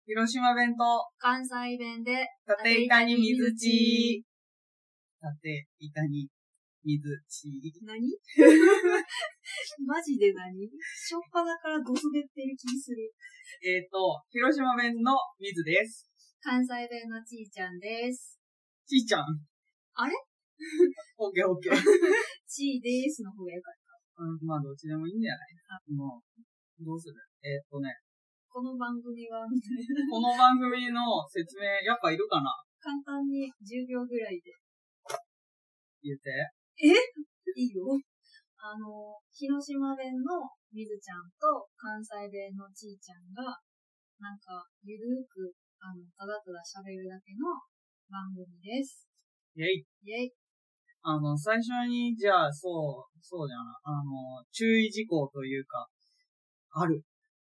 広島弁と関西弁で縦板に水地。縦板に水地。 何マジで何しょっぱなからドスベってる気する。 広島弁の水です。 関西弁のちーちゃんです。 ちーちゃん。 あれオッケーオッケー。 ちーですの方がよかった。 まあどっちでもいいんじゃないもう、どうするこの番組は、みたいな。 この番組の説明、やっぱいるかな簡単に10秒ぐらいで。 言って。 いいよ。広島弁のみずちゃんと関西弁のちーちゃんが、なんか、ゆるーく、ただただ喋るだけの番組です。 イェイ。 イェイ。 最初に、じゃあ、そうじゃな。注意事項というか、ある。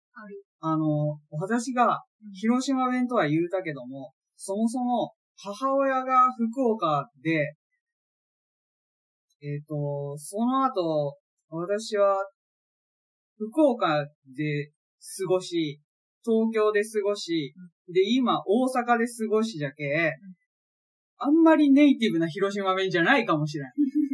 私が、広島弁とは言うたけども、そもそも、母親が福岡で、その後、私は、福岡で過ごし、東京で過ごし、で、今、大阪で過ごしじゃけ、あんまりネイティブな広島弁じゃないかもしれん。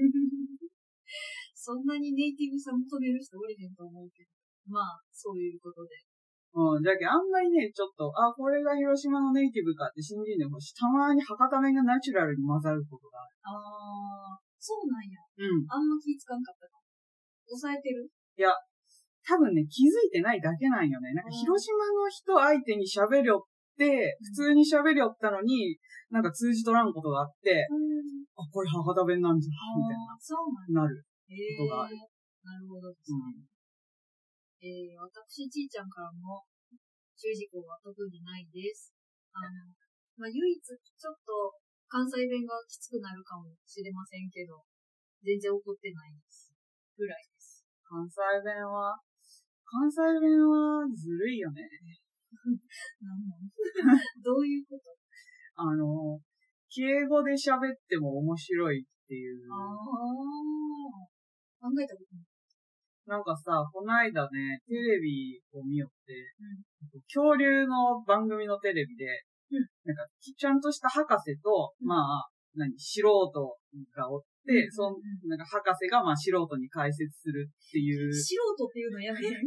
そんなにネイティブさ求める人おれへんと思うけど。まあ、そういうことで。 じゃけあんまりね、ちょっと、これが広島のネイティブかって信じんでほしい。たまに博多弁がナチュラルに混ざることがある。 そうなんや。あんま気つかんかったか。抑えてる？ いや、多分ね、気づいてないだけなんよね。なんか広島の人相手に喋りょって、普通に喋りょったのに、なんか通じとらんことがあって、これ博多弁なんじゃ、みたいな。 そうなんなることがある。 なるほどですね。私、ちーちゃんからも、注意事項は特にないです。唯一、ちょっと、関西弁がきつくなるかもしれませんけど、全然怒ってないです。ぐらいです。 関西弁はずるいよね。 どういうこと？ 敬語で喋っても面白いっていう。 考えたことない。 なんかさ、こないだね、テレビを見よって、恐竜の番組のテレビで、なんか、ちゃんとした博士と、素人がおって、なんか博士が素人に解説するっていう。 素人っていうのやめへん。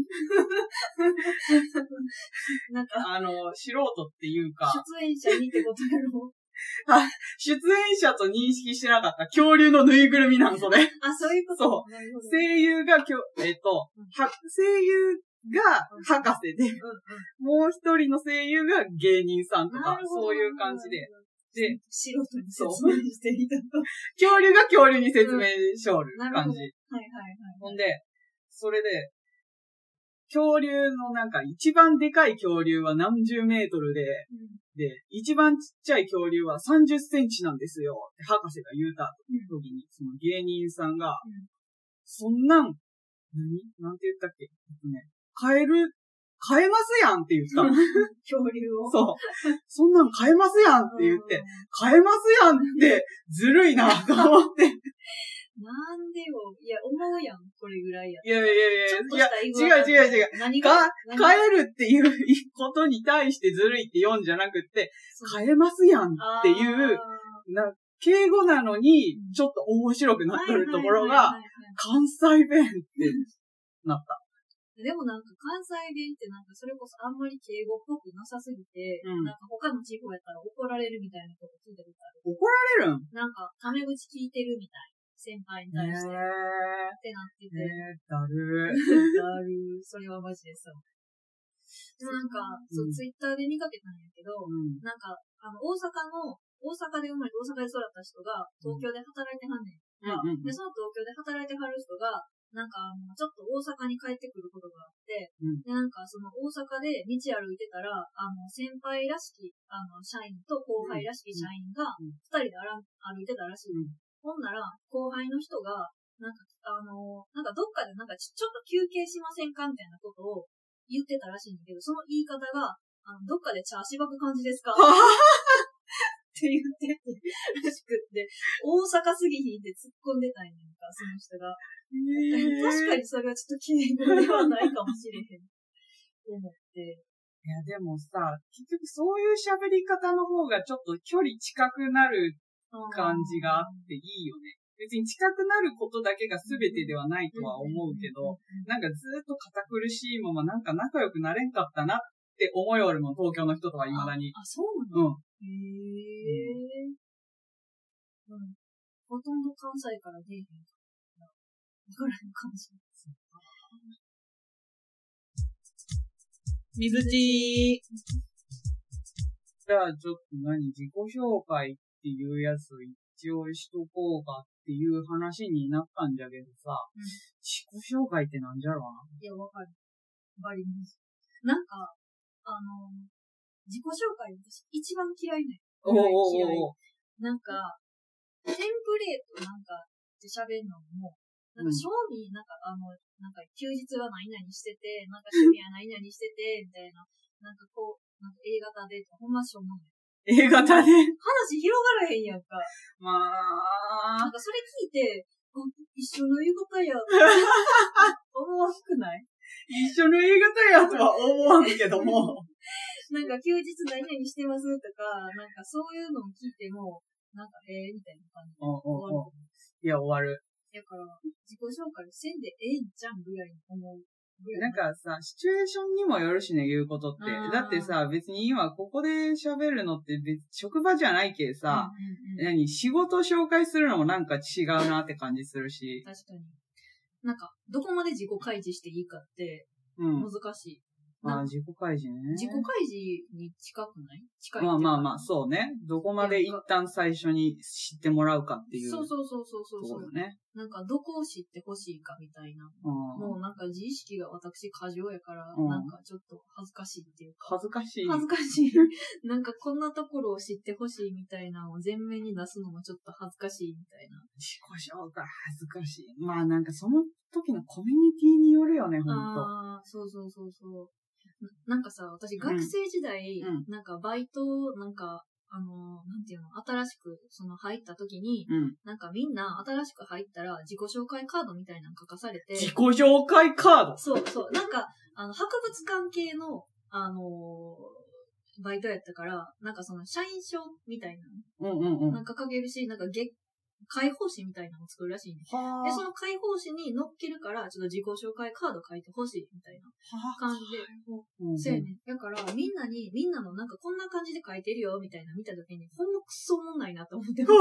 なんか、 素人っていうか。 出演者にってことやろ。 出演者と認識してなかった恐竜のぬいぐるみなん、それ。 そういうこと。 そう。声優が声優が博士で、もう一人の声優が芸人さんとか、そういう感じで。で、 素人に説明していたと。 恐竜が恐竜に説明しょる感じ。ほんで、それで、恐竜のなんか一番でかい恐竜は何十メートルで、一番ちっちゃい恐竜は30センチなんですよって博士が言うた時に、その芸人さんが、そんなん、なんて言ったっけ買えますやんって言った。 恐竜を。 そう。そんなん買えますやんって言って、買えますやんってずるいなと思って。 なんでよ。いや、思うやん。これぐらいや。 いや、違う。 何が買えるっていうことに対してずるいって言うんじゃなくって、買えますやんっていう、敬語なのに、ちょっと面白くなってるところが、関西弁ってなった。 でもなんか関西弁ってなんかそれこそあんまり敬語っぽくなさすぎて、なんか他の地方やったら怒られるみたいなこと聞いたことある。 怒られるん？ なんかタメ口聞いてるみたい。先輩に対して。ってなってて。 だるそれはマジでそう。でもなんか、ツイッターで見かけたんやけど、なんか、大阪で生まれて大阪で育った人が東京で働いてはんねん。で、その東京で働いてはる人が、なんかちょっと大阪に帰ってくることがあって、で、なんかその大阪で道歩いてたら、先輩らしき、社員と後輩らしき社員が、二人で歩いてたらしい。ほんなら、後輩の人が、なんかどっかでなんかちょっと休憩しませんかみたいなことを言ってたらしいんだけど、その言い方が、どっかで茶しばく感じですかって言ってて、らしくって、大阪すぎひんって突っ込んでたんやんか、その人が。確かにそれはちょっと敬語ではないかもしれへん。思って。 いや、でもさ、結局そういう喋り方の方がちょっと距離近くなる感じがあっていいよね。別に近くなることだけが全てではないとは思うけど、なんかずっと堅苦しいままなんか仲良くなれんかったなって思いよるもん、東京の人とは未だに。 あ、そうなの？へぇー。うん。ほとんど関西から出えへんから。わからんかもしれない。 水地。じゃあちょっと自己紹介っていうやつを一応しとこうかっていう話になったんじゃけどさ、自己紹介ってなんじゃろうな。 いや、わかる。バリます。なんか、自己紹介私一番嫌いね。嫌い。なんか、テンプレートなんかって喋るのも、なんか正味、なんか休日は何々してて、なんか趣味は何々してて、みたいな。なんかこう、なんか A 型で、ほんましょうもない。 A 型で話広がらへんやんか。 まあ。 なんかそれ聞いて、一緒の A 型や、思わんくない？ 一緒の A 型やとは思わんけども。 なんか休日何々してますとか、なんかそういうのを聞いても、なんかみたいな感じで終わる。 いや、終わる。 だから、自己紹介せんでええんじゃんぐらいに思う。 なんかさ、シチュエーションにもよるしね、言うことって。だってさ、別に今ここで喋るのって職場じゃないけさ、仕事紹介するのもなんか違うなって感じするし。 確かに。なんか、どこまで自己開示していいかって、難しい。 自己開示ね。 自己開示に近くない？近い。 まあ、そうね。どこまで一旦最初に知ってもらうかっていう。 そう。 そうだね。 なんか、どこを知ってほしいかみたいな。もうなんか自意識が私過剰やから、なんかちょっと恥ずかしいっていうか。 恥ずかしい。 なんかこんなところを知ってほしいみたいなのを前面に出すのもちょっと恥ずかしいみたいな。 自己紹介恥ずかしい。まあなんかその時のコミュニティによるよね、ほんと。 そう。なんかさ、私学生時代、なんかバイト、なんか、なんていうの、新しく、入った時に、なんかみんな新しく入ったら自己紹介カードみたいなの書かされて。 自己紹介カード？ そう。なんか、博物館系の、バイトやったから、なんか社員証みたいな。なんか書けるし、なんか解放誌みたいなのを作るらしいね。で、その解放誌に載っけるから、ちょっと自己紹介カード書いてほしいみたいな感じで。そうやね。だから、みんなのなんかこんな感じで書いてるよ、みたいな見たときに、ほんまくそおもんないなと思って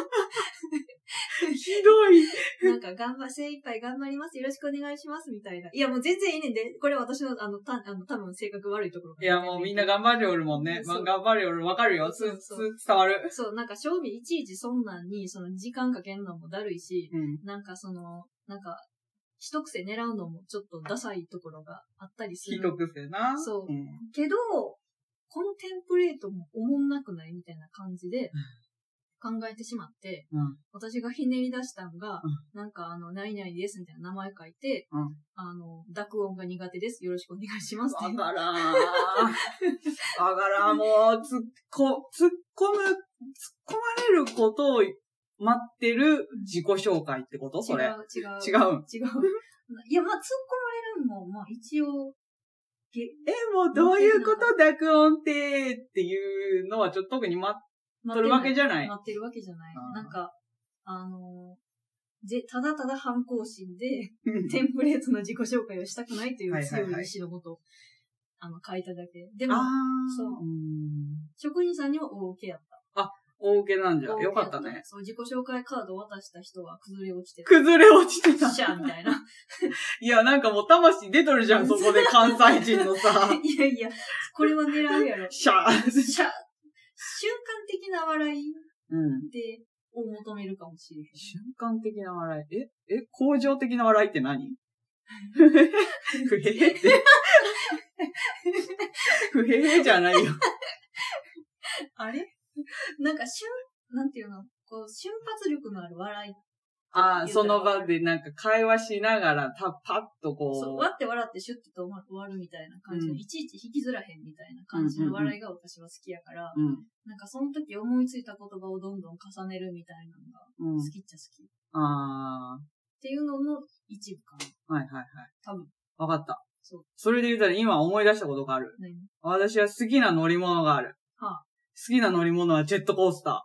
ひどい。 なんか精一杯頑張ります。よろしくお願いします。みたいな。いや、もう全然いいねんで。これ私の、多分性格悪いところ。 いや、もうみんな頑張るよるもんね。まあ、頑張るよるわかるよ。伝わる。 そう、なんか正味いちいちそんなんに、時間かけんのもだるいし、なんかなんか、一癖狙うのもちょっとダサいところがあったりする。 一癖な。 そう。けど、このテンプレートもおもんなくないみたいな感じで、考えてしまって、私がひねり出したのが、なんか何々ですみたいな名前書いて、濁音が苦手です。よろしくお願いします。 わからん。もう、突っ込まれることを待ってる自己紹介ってこと？それ。違う。 いや、まあ、突っ込まれるのも、まあ一応、 もうどういうこと濁音っていうのはちょっと特に待ってるわけじゃない。 待ってるわけじゃない。なんか、ただただ反抗心で、テンプレートの自己紹介をしたくないという強い意志のもと、書いただけ。でも、そう。職員さんには大受けやった。 あ、大受けなんじゃ。よかったね。 そう、自己紹介カードを渡した人は崩れ落ちてた。シャーみたいな。 いや、なんかもう魂出とるじゃん、そこで関西人のさ。 いや、これは狙うやろ。 シャー。 瞬間的な笑いで、を求めるかもしれへん。 瞬間的な笑い。恒常的な笑いって何？ふへへって。ふへへじゃないよ。 あれなんかなんていうのこう、瞬発力のある笑い。 その場でなんか会話しながらパッとこう。 そう、わって笑ってシュッと終わるみたいな感じで、いちいち引きずらへんみたいな感じの笑いが私は好きやから、なんかその時思いついた言葉をどんどん重ねるみたいなのが好きっちゃ好き。っていうのの一部かな。 はい。 多分。 わかった。 それで言ったら今思い出したことがある。私は好きな乗り物がある。好きな乗り物はジェットコースター。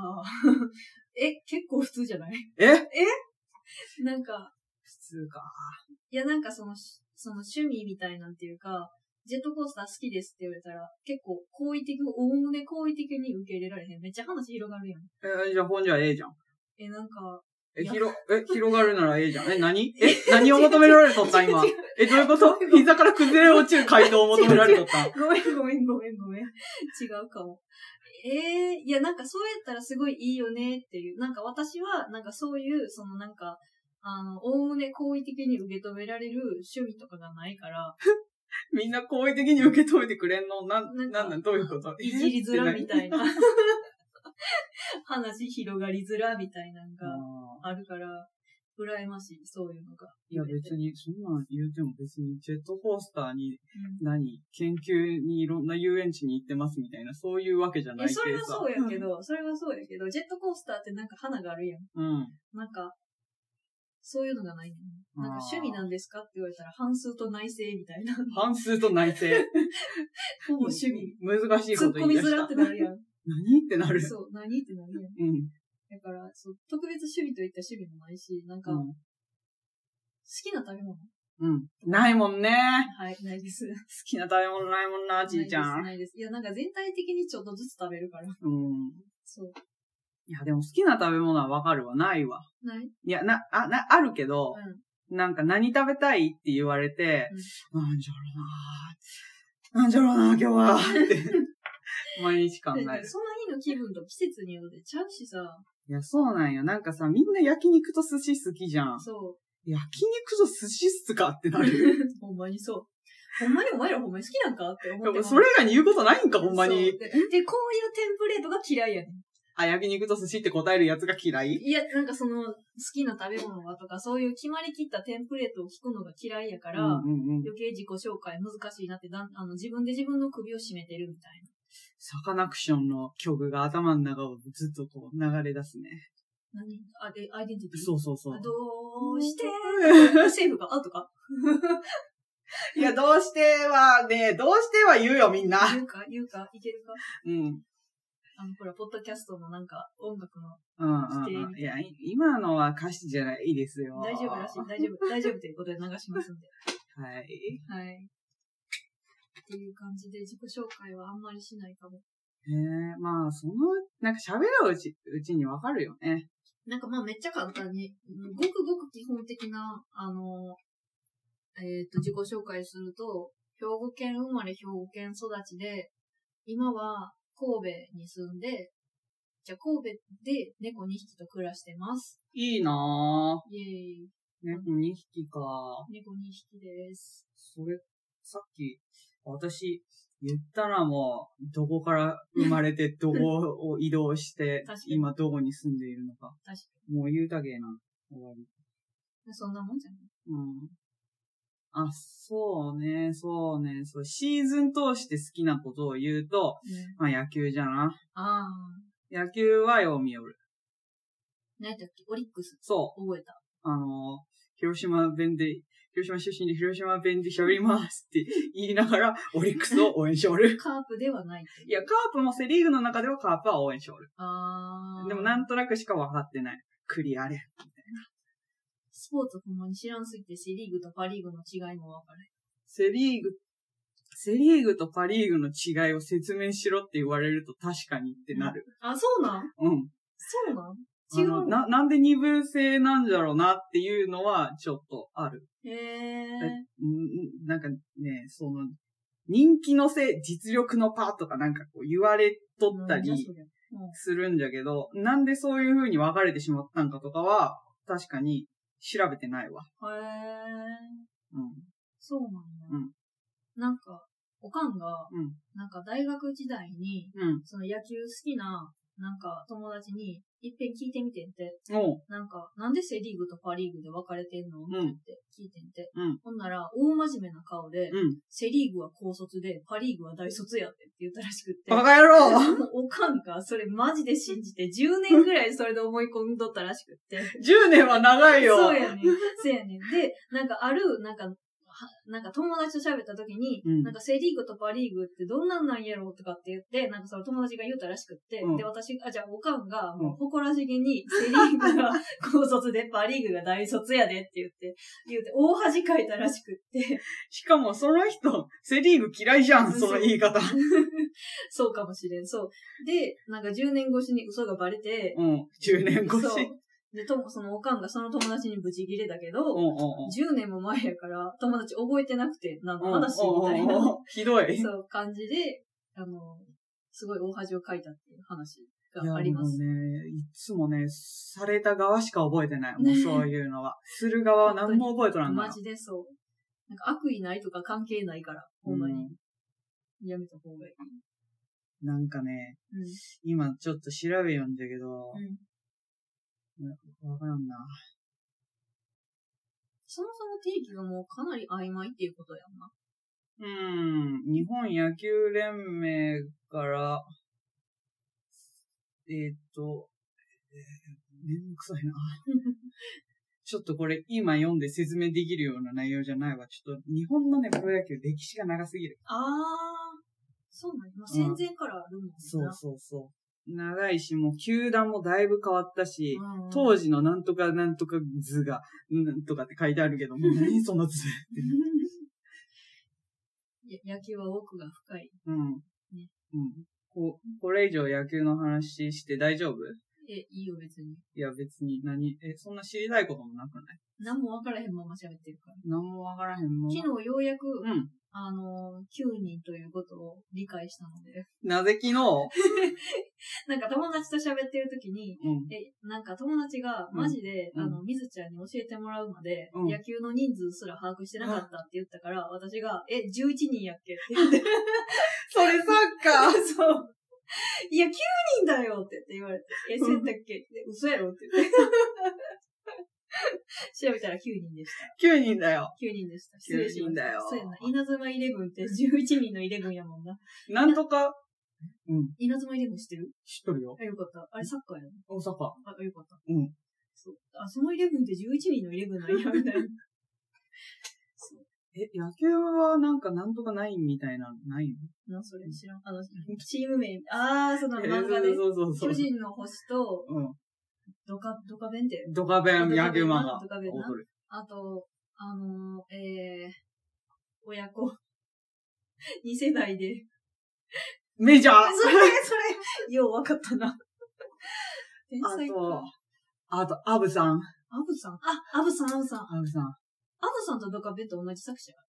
結構普通じゃない？なんか。 普通か。 いや、なんかその趣味みたいなんていうか、ジェットコースター好きですって言われたら、結構おおむね好意的に受け入れられへん。めっちゃ話広がるやん。 じゃあ本じゃええじゃん。 なんか。 広がるならええじゃん。何を求められとった今。どういうこと膝から崩れ落ちる回答を求められとったごめん。違うかも。いや、なんかそうやったらすごいいいよねっていう。なんか私は、なんかそういう、なんか、おおむね好意的に受け止められる趣味とかがないから。 みんな好意的に受け止めてくれんのどういうこと？ いじりづらみたいな。話広がりづらみたいなのがあるから、羨ましい、そういうのが。 いや別に、そんなん言うても別にジェットコースターに、研究にいろんな遊園地に行ってますみたいな、そういうわけじゃないけどさ。 それはそうやけど、ジェットコースターってなんか花があるやん。なんか、そういうのがないね。なんか趣味なんですかって言われたら、半数と内省みたいな。 半数と内省ほぼ趣味。 難しいこと言い出した。 突っ込みづらってなるやん。 何ってなる。 そう、何ってなるやん。だから、特別趣味といった趣味もないし、なんか、好きな食べ物？ ないもんね。 はい、ないです。好きな食べ物ないもんな、ちいちゃん。 ないです。いや、なんか全体的にちょっとずつ食べるから。そう。 いや、でも好きな食べ物はわかるわ。ないわ。 ない？ いや、あるけど、なんか何食べたいって言われて、なんじゃろうな、今日は。って毎日考える。 その日の気分と季節によってちゃうしさ。 いや、そうなんよ。なんかさ、みんな焼肉と寿司好きじゃん。 そう。 焼肉と寿司っすかってなる。 ほんまにそう。ほんまにお前らほんまに好きなんかって思ってます。 それ以外に言うことないんか、ほんまに。 で、こういうテンプレートが嫌いやねん。 焼肉と寿司って答えるやつが嫌い？ いや、なんか好きな食べ物はとか、そういう決まりきったテンプレートを聞くのが嫌いやから、余計自己紹介難しいなって、自分で自分の首を絞めてるみたいな。 サカナクションの曲が頭の中をずっとこう流れ出すね。 何？アイデンティティ？ そう。 どうしてセーフかアウトかいや、どうしては言うよ、みんな。 言うかいけるかほら、ポッドキャストのなんか、音楽の規定みたいな。 いや、今のは歌詞じゃないですよ。 大丈夫らしい。大丈夫ということで流しますんで。 はい。 っていう感じで自己紹介はあんまりしないかも。 まあ、なんか喋るうちにわかるよね。 なんかまあめっちゃ簡単に、ごくごく基本的な、自己紹介すると、兵庫県生まれ兵庫県育ちで、今は神戸に住んで、じゃあ神戸で猫2匹と暮らしてます。 いいなぁ。 イェーイ。 猫2匹か。 猫2匹です。 それ、さっき、私、言ったらもう、どこから生まれて、どこを移動して、今どこに住んでいるのか。 確かに。もう言うたげえな。終わり。 そんなもんじゃない？ そうね。シーズン通して好きなことを言うと、まあ野球じゃな。野球はよう見よる。 何やったっけ？オリックス。 そう。 覚えた。 広島出身で広島弁で喋りますって言いながら、オリックスを応援しおる。 カープではない。 いや、カープもセリーグの中ではカープは応援しおる。でもなんとなくしか分かってない。クリアれ。みたいな。 スポーツほんまに知らんすぎて、セリーグとパリーグの違いも分かる。 セリーグとパリーグの違いを説明しろって言われると確かにってなる。 そうなん？そうなん？違う。 なんで二部制なんじゃろうなっていうのはちょっとある。なんかね、人気のせい、実力のパとかなんかこう言われとったりするんじゃけど、なんでそういう風に分かれてしまったんかとかは、確かに調べてないわ。 そうなんだ。なんか、おかんが、なんか大学時代に、その野球好きな、なんか友達に一遍聞いてみてんて。なんか、なんでセリーグとパリーグで分かれてんのって聞いてんて。ほんなら、大真面目な顔で、セリーグは高卒で、パリーグは大卒やって言ったらしくって。 バカ野郎おかんがそれマジで信じて、10年ぐらいそれで思い込んどったらしくって。 10年は長いよ。 そうやねん。で、なんかある、なんか、 なんか友達と喋った時に、なんかセリーグとパリーグってどんなんなんやろうとかって言って、なんかその友達が言うたらしくって、で、私、じゃあおかんが、もう誇らしげに、セリーグが高卒でパリーグが大卒やでって言って、大恥かいたらしくって。 しかもその人、セリーグ嫌いじゃん、その言い方。 そうかもしれん、そう。で、なんか10年越しに嘘がバレて、 10年越し。 で、そのおかんがその友達にブチギレだけど、10年も前やから友達覚えてなくて、何の話みたいな。 ひどい。 そう、感じで、すごい大恥をかいたっていう話があります。 いやもうね、いつもね、された側しか覚えてない。もうそういうのは。する側は何も覚えとらんから。 マジでそう。なんか悪意ないとか関係ないから、ほんまに。やめた方がいい。 なんかね、今ちょっと調べよんだけど、わからんな。 そもそも定義がもうかなり曖昧っていうことやんな。 日本野球連盟から、めんどくさいな。ちょっとこれ今読んで説明できるような内容じゃないわ。ちょっと日本のね、プロ野球歴史が長すぎる。 そうなんや。戦前からあるもんな。 そう。長いし、もう球団もだいぶ変わったし、当時のなんとかなんとか図が、なんとかって書いてあるけど、もう何その図って。 野球は奥が深い。 これ以上野球の話して大丈夫？ いいよ別に。 いや別にそんな知りたいこともなくない？ 何も分からへんまま喋ってるから。 何も分からへんまま。 昨日ようやく、9人ということを理解したので。 なぜ昨日なんか友達と喋ってる時に、なんか友達がマジで、みずちゃんに教えてもらうまで、野球の人数すら把握してなかったって言ったから、私が、11人やっけって言って。 それサッカーそう。いや、9人だよって言われて、そうやったっけって、嘘やろって言って。調べたら9人でした。 9人だよ。 9人でした。失礼しました。 9人だよ。 そうやな。稲妻イレブンって11人のイレブンやもんな。 なんとか、 稲妻イレブン知ってる？ 知っとるよ。 よかった。あれサッカーやな。サッカー。よかった。 そう。 そのイレブンって11人のイレブンなんや、みたいな。 野球はなんかなんとかないみたいなのないの？それ知らん。チーム名。その漫画で。 そう。 巨人の星と、ドカベンって。 ドカベン野球漫画。 ドカベンな。あと、親子。2世代で。 メジャーそれ、ようわかったな。 あと、アブさん。 アブさんとドカベンと同じ作者？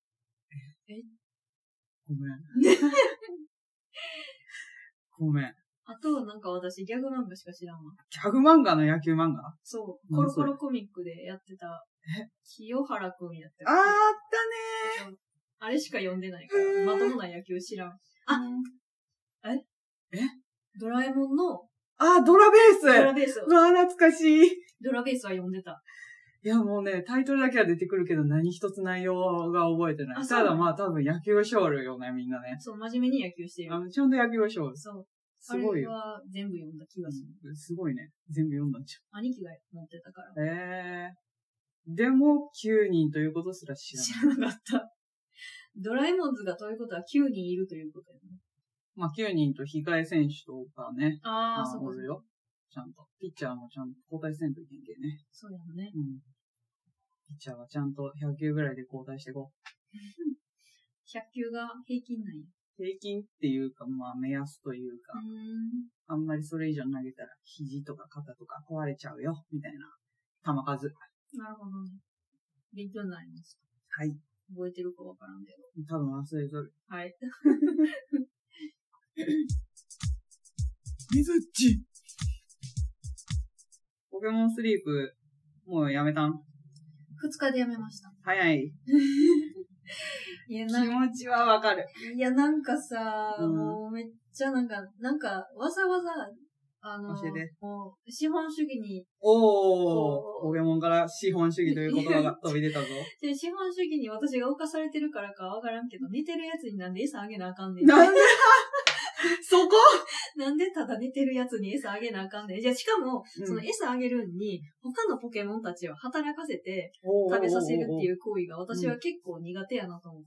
ごめん。 あと、なんか私、ギャグ漫画しか知らんわ。 ギャグ漫画の野球漫画？ そう。コロコロコミックでやってた、清原くんやったっけ？ あったねー。 あれしか読んでないから、まともな野球知らん。ドラえもんの、 ドラベース。 ドラベース。 うわ、懐かしい。 ドラベースは読んでた。 いや、もうね、タイトルだけは出てくるけど、何一つ内容が覚えてない。ただまあ、多分野球しょるよね、みんなね。 そう、真面目に野球してる。 ちゃんと野球しょる。 そう。 すごいよ。 あれは全部読んだ気がする。 すごいね。全部読んだんじゃん。兄貴が持ってたから。 でも、9人ということすら知らなかった。ドラえもんズがということは9人いるということやね。 まあ、9人と控え選手とかね。 そうおるよ。ちゃんと。ピッチャーもちゃんと交代せんといけんけね。 そうやね。 ピッチャーはちゃんと100球ぐらいで交代していこう。 100球が平均なんや。 平均っていうか、まあ目安というか、あんまりそれ以上投げたら肘とか肩とか壊れちゃうよ、みたいな球数。 なるほどね。勉強になりました。 はい。 覚えてるかわからんけど。 多分忘れとる。 はい。 みずっち。ポケモンスリープ、もうやめたん？ 2日でやめました。 早い。 いや気持ちはわかる。 いや、なんかさ、もうめっちゃなんか、わざわざ、 教えて。 もう、資本主義に。 ポケモンから資本主義という言葉が飛び出たぞ。 で、資本主義に私が侵されてるからかわからんけど、寝てるやつになんで餌あげなあかんねん。 なんでそこなんでただ寝てるやつに餌あげなあかんねん。じゃあしかも、その餌あげるんに、他のポケモンたちを働かせて食べさせるっていう行為が私は結構苦手やなと思って、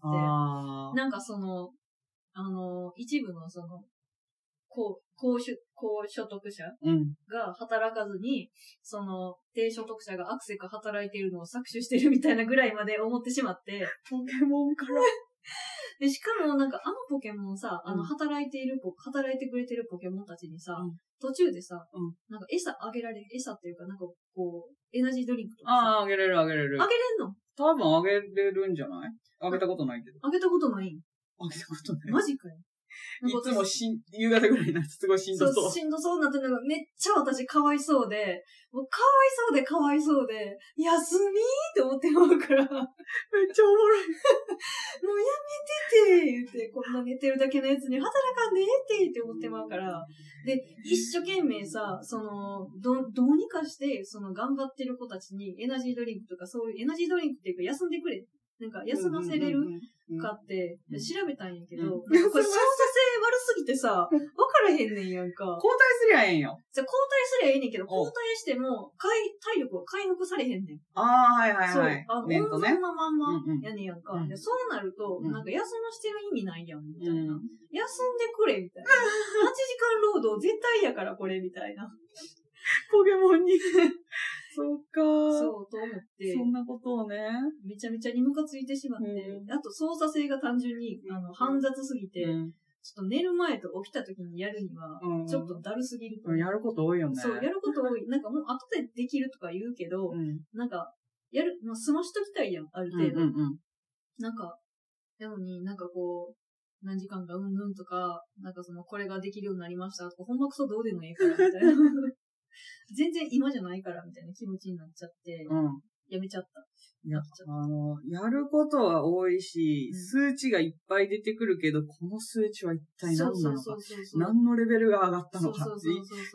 なんかその、一部のその、高所得者が働かずに、その、低所得者がアクセク働いているのを搾取してるみたいなぐらいまで思ってしまって。 ポケモンからで、しかもなんかポケモンさ、働いてくれてるポケモンたちにさ、途中でさ、なんか餌っていうか、なんかこう、エナジードリンクとかさ。 あげれる。あげれんの？多分あげれるんじゃない？あげたことないけど。 あげたことない？ あげたことない。 マジかよ。 いつも夕方ぐらいになってすごいしんどそう。 しんどそうになってるのがめっちゃ私かわいそうで、もうかわいそうで、休みーって思ってまうから。めっちゃおもろい。もうやめてて言って、こんな寝てるだけのやつに働かんでええって思ってまうから。で、一生懸命さ、その、どうにかして、その頑張ってる子たちにエナジードリンクとかそういうエナジードリンクっていうか休んでくれ。なんか休ませれるかって調べたんやけど、これ操作性悪すぎてさ、わからへんねんやんか。 交代すりゃええんよ。 じゃ交代すりゃええねんけど、交代しても体力は回復されへんねん。 はいはいはい。そう、 温存のまんまやねんやんか。でそうなると、なんか休ましてる意味ないやん、みたいな。休んでくれ、みたいな。8時間労働絶対やから、これ、みたいな。 ポケモンに。そうか。 そう、と思って。 そんなことをね。 めちゃめちゃにムカついてしまって。あと操作性が単純に、煩雑すぎて、ちょっと寝る前と起きた時にやるには、ちょっとだるすぎると。 やること多いよね。 そう、やること多い。なんかもう後でできるとか言うけど、なんか、済ましときたいやん、ある程度。なんか、なのになんかこう、何時間かうんうんとか、なんかその、これができるようになりましたとか、ほんまくそどうでもいいから、みたいな。全然今じゃないから、みたいな気持ちになっちゃって、やめちゃった。 やることは多いし、数値がいっぱい出てくるけど、この数値は一体何なのか、何のレベルが上がったのかって、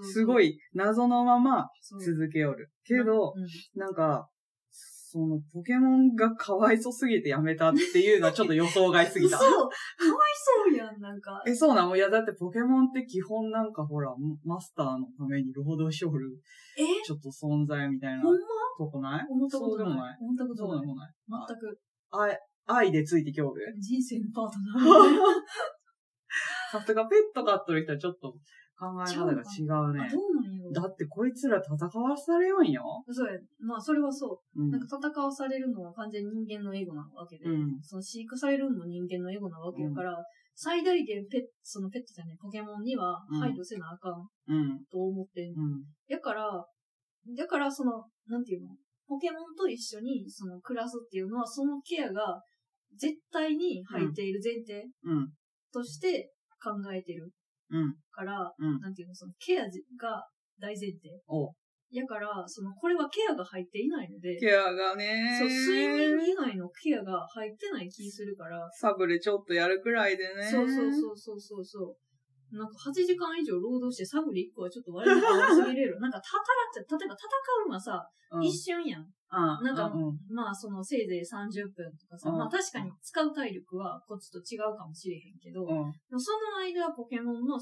すごい謎のまま続けよる。けど、なんか、その、ポケモンがかわいそすぎてやめたっていうのはちょっと予想外すぎた。 そう、かわいそうやん、なんか。 そうなの？いや、だってポケモンって基本なんかほら、マスターのために労働しおる、ちょっと存在みたいな。 ほんま？ とこない？ 思ったことない。 思ったことない。 全く。 愛でついてきおる？ 人生のパートナー。 さすがペット飼っとる人はちょっと考え方が違うね。 どうなんよ。 だってこいつら戦わされよんよ。 そうや。まあそれはそう。なんか戦わされるのは完全に人間のエゴなわけで、その飼育されるのも人間のエゴなわけだから、最大限そのペットじゃね、ポケモンには配慮せなあかん、と思ってん。だからその、なんていうの、ポケモンと一緒にその暮らすっていうのは、そのケアが絶対に入っている前提として考えてる。から、なんていうの、そのケアが大前提。だから、これはケアが入っていないので。 ケアがね。 そう、睡眠以外のケアが入ってない気するから。 サブレちょっとやるくらいでね。 そう。なんか8時間以上労働してサブレ1個はちょっと割り合いすぎれる。なんか例えば戦うのはさ、一瞬やん。なんか、まあせいぜい30分とかさ、まあ確かに使う体力はこっちと違うかもしれへんけど、その間ポケモンの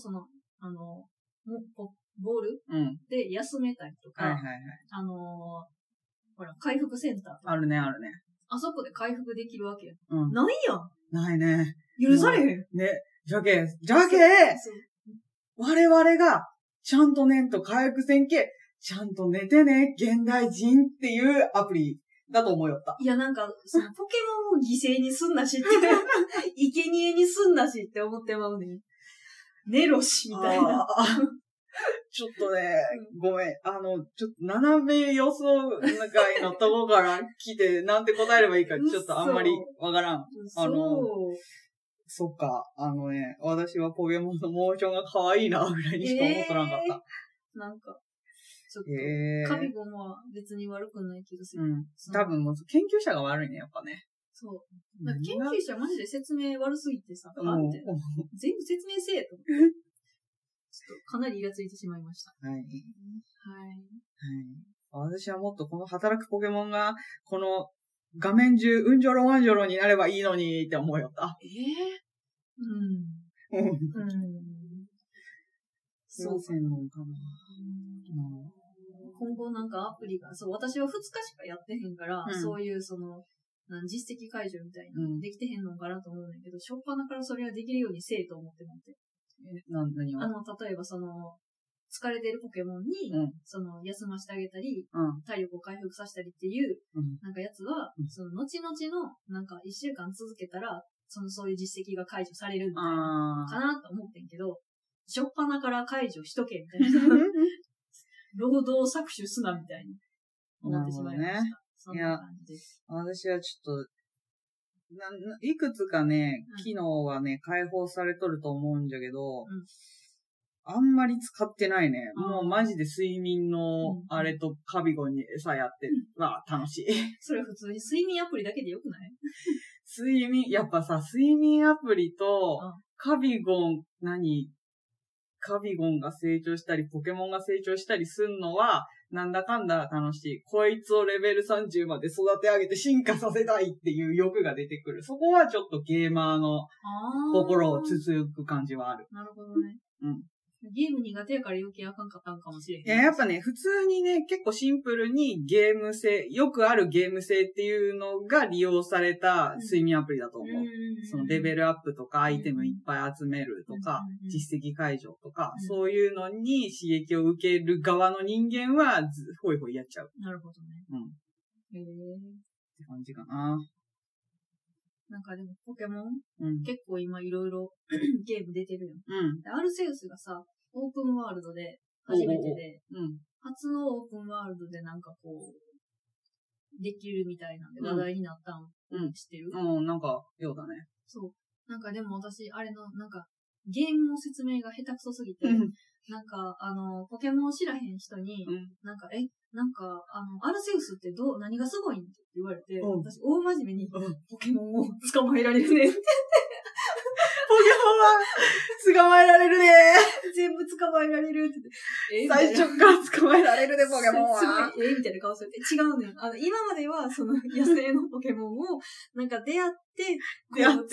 ボールで休めたりとか、ほら、回復センターとか。 あるね。 あそこで回復できるわけや。ないやん。 ないね。 許されへん。 ね。じゃけ我々が、ちゃんとねんと回復せんけ、ちゃんと寝てね、現代人っていうアプリだと思うよった。 いや、なんか、ポケモンを犠牲にすんなしって、生贄にすんなしって思ってまうねん。寝ろし、みたいな。 ちょっとね、ごめん。ちょっと斜め予想外のとこから来て、なんて答えればいいか、ちょっとあんまりわからん。そっか。私はポケモンのモーションが可愛いな、ぐらいにしか思ってなかった。 なんか、ちょっと、カビゴンは別に悪くない気がする。 多分もう研究者が悪いね、やっぱね。 そう。なんか研究者マジで説明悪すぎてさ、全部説明せえと思って。ちょっとかなりイラついてしまいました。はい。 私はもっとこの働くポケモンが、この画面中、うんじょろわんじょろになればいいのにって思うよった。 そうせんのかな。 今後なんかアプリが、そう、私は2日しかやってへんから、そういう実績解除みたいな、できてへんのかなと思うんだけど、しょっぱなからそれはできるようにせえと思ってもって。 何を例えば疲れてるポケモンに、休ませてあげたり、体力を回復させたりっていう、なんかやつは、後々の、なんか1週間続けたら、そういう実績が解除されるみたいな、かなと思ってんけど、しょっぱなから解除しとけ、みたいな。労働搾取すな、みたいに思ってしまいました。ね、そんな感じです。 私はちょっと、いくつかね、機能はね、解放されとると思うんじゃけど、あんまり使ってないね。もうマジで睡眠のあれとカビゴンに餌やってる。楽しい。 それ普通に睡眠アプリだけでよくない？ やっぱさ、睡眠アプリと、カビゴンが成長したり、ポケモンが成長したりすんのは、なんだかんだ楽しい。こいつをレベル30まで育て上げて進化させたいっていう欲が出てくる。そこはちょっとゲーマーの心をつつく感じはある。 なるほどね。ゲーム苦手やから余計あかんかったんかもしれへん。 やっぱね、普通にね、結構シンプルにゲーム性、よくあるゲーム性っていうのが利用された睡眠アプリだと思う。そのレベルアップとか、アイテムいっぱい集めるとか、実績解除とか、そういうのに刺激を受ける側の人間は、ほいほいやっちゃう。 なるほどね。 って感じかな。 なんかでもポケモン、結構今いろいろゲーム出てるよ。アルセウスがさ、オープンワールドで初めてで、初のオープンワールドでなんかこう、できるみたいなんで話題になったん知ってる？ なんか、ようだね。 そう。なんかでも私、あれの、なんか、ゲームの説明が下手くそすぎて、なんか、ポケモンを知らへん人に、なんか、アルセウスって何がすごいんって言われて、私、大真面目に、ポケモンを捕まえられるねって。 ポケモンは、捕まえられるね全部捕まえられるって。 最初から捕まえられるね、ポケモンは。 すごい、みたいな顔されて。違うねん。今までは、野生のポケモンを、なんか出会って、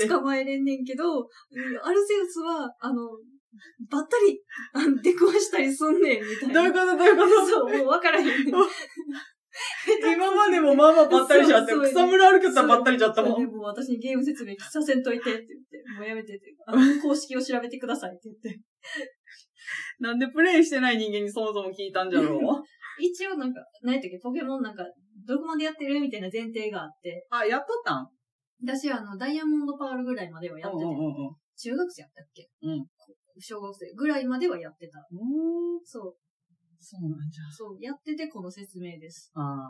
捕まえれんねんけど、アルセウスは、ばったり、出くわしたりすんねん、みたいな。 どういうことそう、もう分からへんねん。 今までもまあまあばったりしちゃって、草むら歩くったらばったりしちゃったもん。 でも私にゲーム説明させんといてって言って、もうやめてって、公式を調べてくださいって言って。 なんでプレイしてない人間にそもそも聞いたんじゃろう一応なんか、何やったっけ、ポケモンなんか、どこまでやってるみたいな前提があって。 やっとったん？ 私ダイヤモンドパールぐらいまではやってて。中学生やったっけ？小学生ぐらいまではやってた。そう。 そうなんじゃ。 そう、やっててこの説明です。 はい。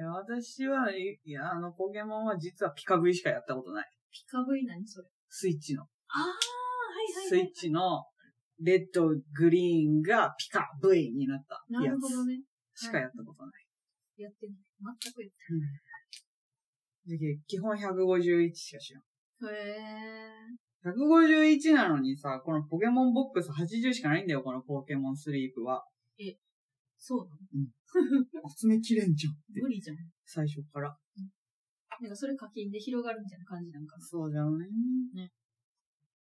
私は、ポケモンは実はピカ V しかやったことない。 ピカ V 何それ？ スイッチの。 はい。 スイッチの、レッド、グリーンがピカ V になったやつ。 なるほどね。 しかやったことない。 やってない。全くやってない。 基本151しか知らん。 へー。151なのにさ、このポケモンボックス80しかないんだよ、このポケモンスリープは。 そうなの？集めきれんじゃん。 無理じゃん。 最初から。 なんかそれ課金で広がるみたいな感じなんかな。 そうじゃね。